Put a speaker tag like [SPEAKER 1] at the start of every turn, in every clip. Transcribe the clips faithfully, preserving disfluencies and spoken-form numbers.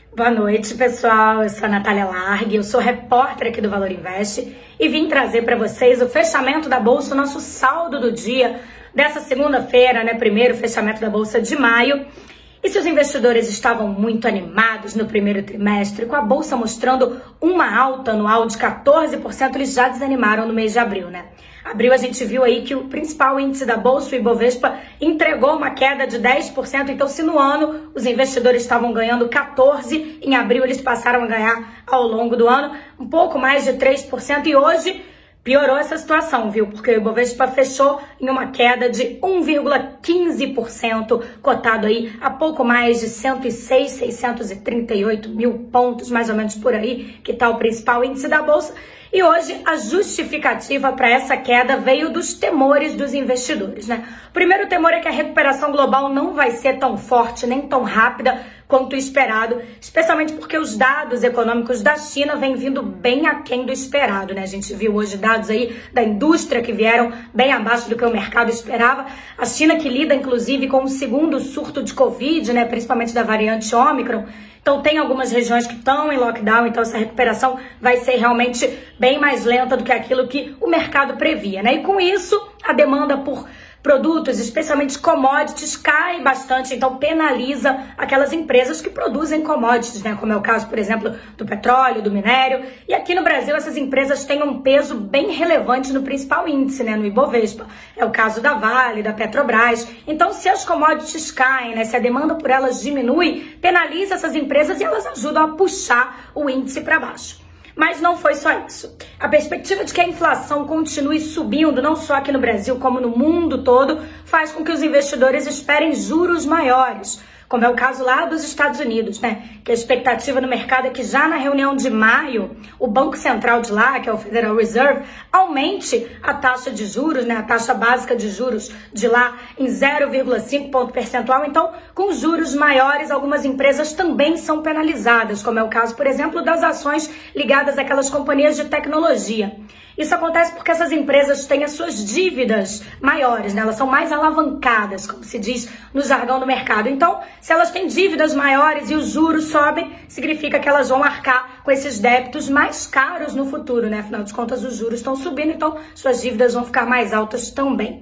[SPEAKER 1] Boa noite, pessoal. Eu sou a Natália Largue, eu sou repórter aqui do Valor Invest e vim trazer para vocês o fechamento da Bolsa, o nosso saldo do dia dessa segunda-feira, né? Primeiro fechamento da Bolsa de maio. E se os investidores estavam muito animados no primeiro trimestre, com a Bolsa mostrando uma alta anual de quatorze por cento, eles já desanimaram no mês de abril, né? Abril a gente viu aí que o principal índice da Bolsa, o Ibovespa, entregou uma queda de dez por cento. Então, se no ano os investidores estavam ganhando quatorze por cento, em abril eles passaram a ganhar ao longo do ano um pouco mais de três por cento. E hoje piorou essa situação, viu? Porque o Ibovespa fechou em uma queda de um vírgula quinze por cento, cotado aí a pouco mais de cento e seis, seiscentos e trinta e oito mil pontos, mais ou menos por aí, que está o principal índice da Bolsa. E hoje a justificativa para essa queda veio dos temores dos investidores, né? O primeiro temor é que a recuperação global não vai ser tão forte, nem tão rápida quanto esperado, especialmente porque os dados econômicos da China vêm vindo bem aquém do esperado, né? A gente viu hoje dados aí da indústria que vieram bem abaixo do que o mercado esperava. A China, que lida inclusive com o segundo surto de Covid, né? Principalmente da variante Ômicron. Então tem algumas regiões que estão em lockdown, então essa recuperação vai ser realmente bem mais lenta do que aquilo que o mercado previa, né? E com isso, a demanda por produtos, especialmente commodities, cai bastante, então penaliza aquelas empresas que produzem commodities, né? Como é o caso, por exemplo, do petróleo, do minério. E aqui no Brasil, essas empresas têm um peso bem relevante no principal índice, né? No Ibovespa. É o caso da Vale, da Petrobras. Então, se as commodities caem, né? Se a demanda por elas diminui, penaliza essas empresas e elas ajudam a puxar o índice para baixo. Mas não foi só isso. A perspectiva de que a inflação continue subindo, não só aqui no Brasil, como no mundo todo, faz com que os investidores esperem juros maiores, como é o caso lá dos Estados Unidos, né? Que a expectativa no mercado é que já na reunião de maio, o Banco Central de lá, que é o Federal Reserve, aumente a taxa de juros, né? A taxa básica de juros de lá em zero vírgula cinco ponto percentual. Então, com juros maiores, algumas empresas também são penalizadas, como é o caso, por exemplo, das ações ligadas àquelas companhias de tecnologia. Isso acontece porque essas empresas têm as suas dívidas maiores, né? Elas são mais alavancadas, como se diz no jargão do mercado. Então, se elas têm dívidas maiores e os juros sobem, significa que elas vão arcar com esses débitos mais caros no futuro, né? Afinal de contas, os juros estão subindo, então suas dívidas vão ficar mais altas também.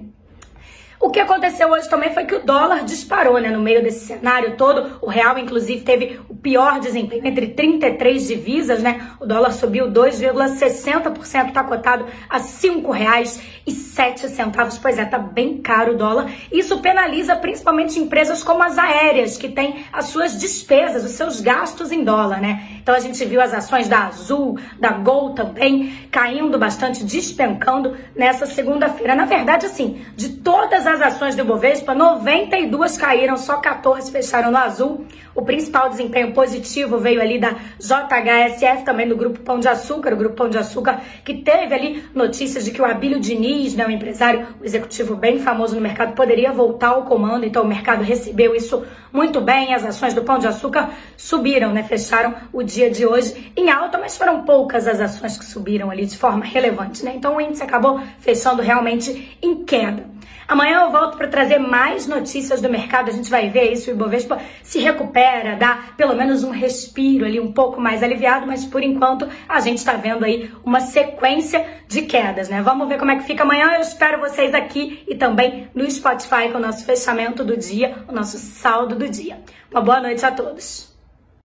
[SPEAKER 1] O que aconteceu hoje também foi que o dólar disparou, né? No meio desse cenário todo, o real, inclusive, teve o pior desempenho entre trinta e três divisas, né? O dólar subiu dois vírgula sessenta por cento, está cotado a cinco reais e sete centavos. Pois é, tá bem caro o dólar. Isso penaliza principalmente empresas como as aéreas, que têm as suas despesas, os seus gastos em dólar, né? Então a gente viu as ações da Azul, da Gol também caindo bastante, despencando nessa segunda-feira. Na verdade, assim, de todas as ações do Ibovespa, noventa e duas caíram, só quatorze fecharam no azul. O principal desempenho positivo veio ali da J H S F, também do Grupo Pão de Açúcar, o Grupo Pão de Açúcar, que teve ali notícias de que o Abílio Diniz, né, um empresário, um executivo bem famoso no mercado, poderia voltar ao comando, então o mercado recebeu isso muito bem. As ações do Pão de Açúcar subiram, né, fecharam o dia de hoje em alta, mas foram poucas as ações que subiram ali de forma relevante, né? Então o índice acabou fechando realmente em queda. Amanhã eu volto para trazer mais notícias do mercado. A gente vai ver aí se o Ibovespa se recupera, dá pelo menos um respiro ali, um pouco mais aliviado, mas por enquanto a gente está vendo aí uma sequência de quedas, né? Vamos ver como é que fica amanhã. Eu espero vocês aqui e também no Spotify com o nosso fechamento do dia, o nosso saldo do dia. Uma boa noite a todos.